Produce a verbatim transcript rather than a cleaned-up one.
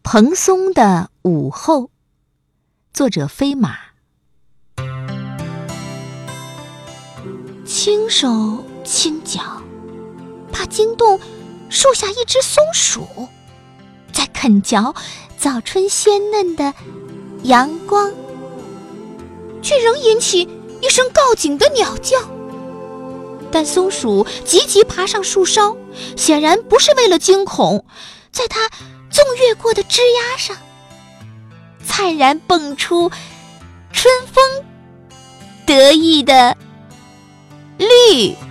蓬松的午后，作者飞马。轻手轻脚，怕惊动树下一只松鼠，在啃嚼早春鲜嫩的阳光，却仍引起一声告警的鸟叫。但松鼠急急爬上树梢，显然不是为了惊恐，在它纵越过的枝桠上，灿然蹦出春风得意的绿。